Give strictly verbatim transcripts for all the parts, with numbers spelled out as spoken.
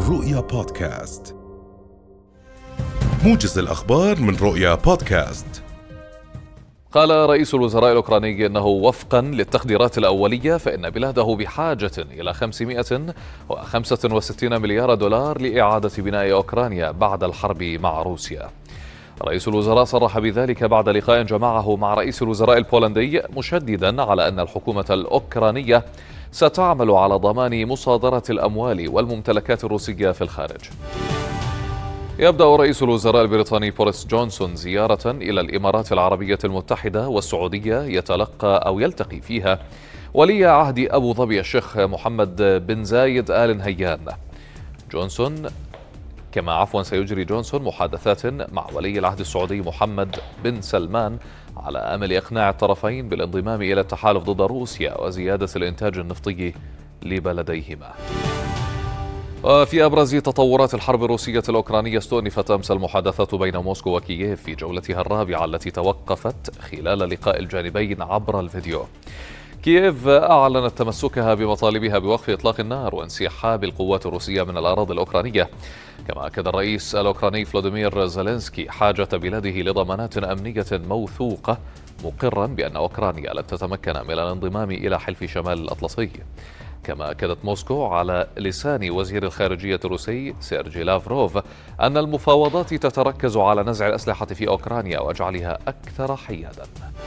رؤيا بودكاست، موجز الأخبار من رؤيا بودكاست. قال رئيس الوزراء الأوكراني أنه وفقا للتقديرات الأولية فإن بلاده بحاجة إلى خمسمائة وخمسة وستين مليار دولار لإعادة بناء أوكرانيا بعد الحرب مع روسيا. رئيس الوزراء صرح بذلك بعد لقاء جمعه مع رئيس الوزراء البولندي، مشددا على أن الحكومة الأوكرانية ستعمل على ضمان مصادرة الأموال والممتلكات الروسية في الخارج. يبدأ رئيس الوزراء البريطاني بوريس جونسون زيارة إلى الإمارات العربية المتحدة والسعودية يتلقى أو يلتقي فيها ولي عهد أبو ظبي الشيخ محمد بن زايد آل نهيان. جونسون كما عفوا سيجري جونسون محادثات مع ولي العهد السعودي محمد بن سلمان على أمل إقناع الطرفين بالانضمام إلى التحالف ضد روسيا وزيادة الإنتاج النفطي لبلديهما. وفي أبرز تطورات الحرب الروسية الأوكرانية، استؤنفت أمس المحادثات بين موسكو وكييف في جولتها الرابعة التي توقفت خلال لقاء الجانبين عبر الفيديو. كييف أعلنت تمسكها بمطالبها بوقف إطلاق النار وانسحاب القوات الروسية من الأراضي الأوكرانية. كما أكد الرئيس الأوكراني فلاديمير زيلينسكي حاجة بلاده لضمانات أمنية موثوقة، مقرا بأن أوكرانيا لن تتمكن من الانضمام إلى حلف شمال الأطلسي. كما أكدت موسكو على لسان وزير الخارجية الروسي سيرجي لافروف أن المفاوضات تتركز على نزع الأسلحة في أوكرانيا وجعلها أكثر حياداً.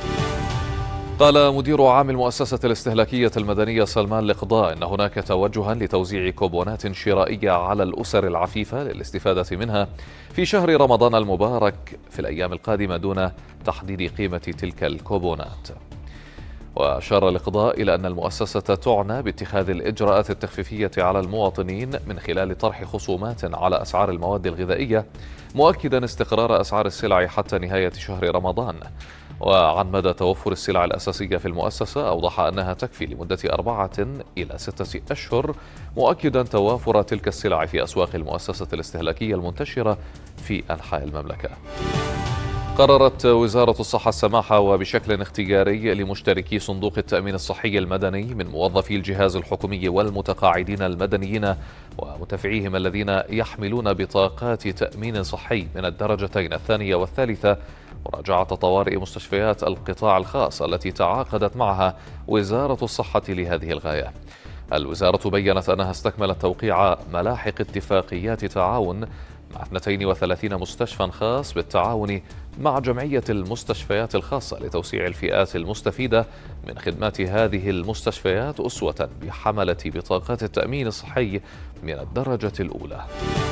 قال مدير عام المؤسسة الاستهلاكية المدنية سلمان القضاء إن هناك توجها لتوزيع كوبونات شرائية على الأسر العفيفة للاستفادة منها في شهر رمضان المبارك في الأيام القادمة دون تحديد قيمة تلك الكوبونات. وأشار القضاء إلى أن المؤسسة تعنى باتخاذ الإجراءات التخفيفية على المواطنين من خلال طرح خصومات على أسعار المواد الغذائية، مؤكدا استقرار أسعار السلع حتى نهاية شهر رمضان. وعن مدى توفر السلع الأساسية في المؤسسة، أوضح أنها تكفي لمدة أربعة إلى ستة أشهر، مؤكدا توافر تلك السلع في أسواق المؤسسة الاستهلاكية المنتشرة في أنحاء المملكة. قررت وزارة الصحة السماح وبشكل اختياري لمشتركي صندوق التأمين الصحي المدني من موظفي الجهاز الحكومي والمتقاعدين المدنيين ومتفعيهم الذين يحملون بطاقات تأمين صحي من الدرجتين الثانية والثالثة مراجعة طوارئ مستشفيات القطاع الخاص التي تعاقدت معها وزارة الصحة لهذه الغاية. الوزارة بيّنت أنها استكملت توقيع ملاحق اتفاقيات تعاون مع اثنتين وثلاثين مستشفى خاص بالتعاون مع جمعية المستشفيات الخاصة لتوسيع الفئات المستفيدة من خدمات هذه المستشفيات أسوة بحملة بطاقات التأمين الصحي من الدرجة الأولى.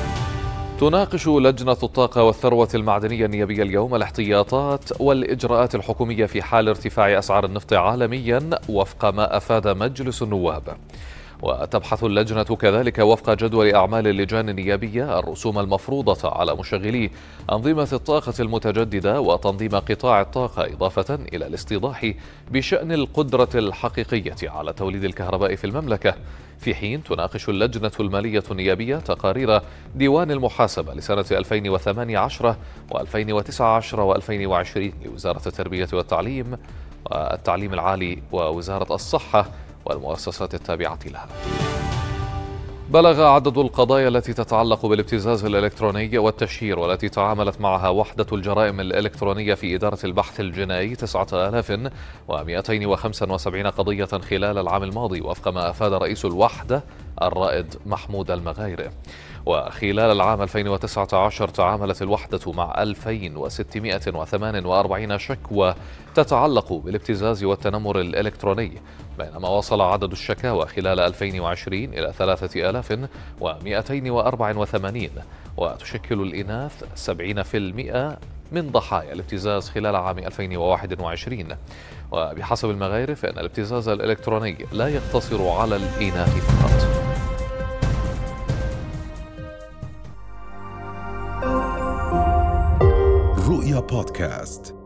تناقش لجنة الطاقة والثروة المعدنية النيابية اليوم الاحتياطات والإجراءات الحكومية في حال ارتفاع أسعار النفط عالميا وفق ما أفاد مجلس النواب. وتبحث اللجنة كذلك وفق جدول أعمال اللجان النيابية الرسوم المفروضة على مشغلي أنظمة الطاقة المتجددة وتنظيم قطاع الطاقة، إضافة إلى الاستيضاح بشأن القدرة الحقيقية على توليد الكهرباء في المملكة. في حين تناقش اللجنة المالية النيابية تقارير ديوان المحاسبة لسنة ألفين وثمانية عشر وألفين وتسعة عشر وألفين وعشرين لوزارة التربية والتعليم والتعليم العالي ووزارة الصحة والمؤسسات التابعة لها. بلغ عدد القضايا التي تتعلق بالابتزاز الإلكتروني والتشهير والتي تعاملت معها وحدة الجرائم الإلكترونية في إدارة البحث الجنائي تسعة آلاف ومئتين وخمسة وسبعين قضية خلال العام الماضي، وفق ما أفاد رئيس الوحدة الرائد محمود المغايري. وخلال العام ألفين وتسعة عشر تعاملت الوحدة مع ألفين وستمائة وثمانية وأربعين شكوى تتعلق بالابتزاز والتنمر الإلكتروني، بينما وصل عدد الشكاوى خلال ألفين وعشرين إلى ثلاثة آلاف ومئتين وأربعة وثمانين، وتشكل الإناث سبعين بالمئة من ضحايا الابتزاز خلال عام ألفين وواحد وعشرين. وبحسب المغايري فإن الابتزاز الإلكتروني لا يقتصر على الإناث فقط. رؤيا بودكاست.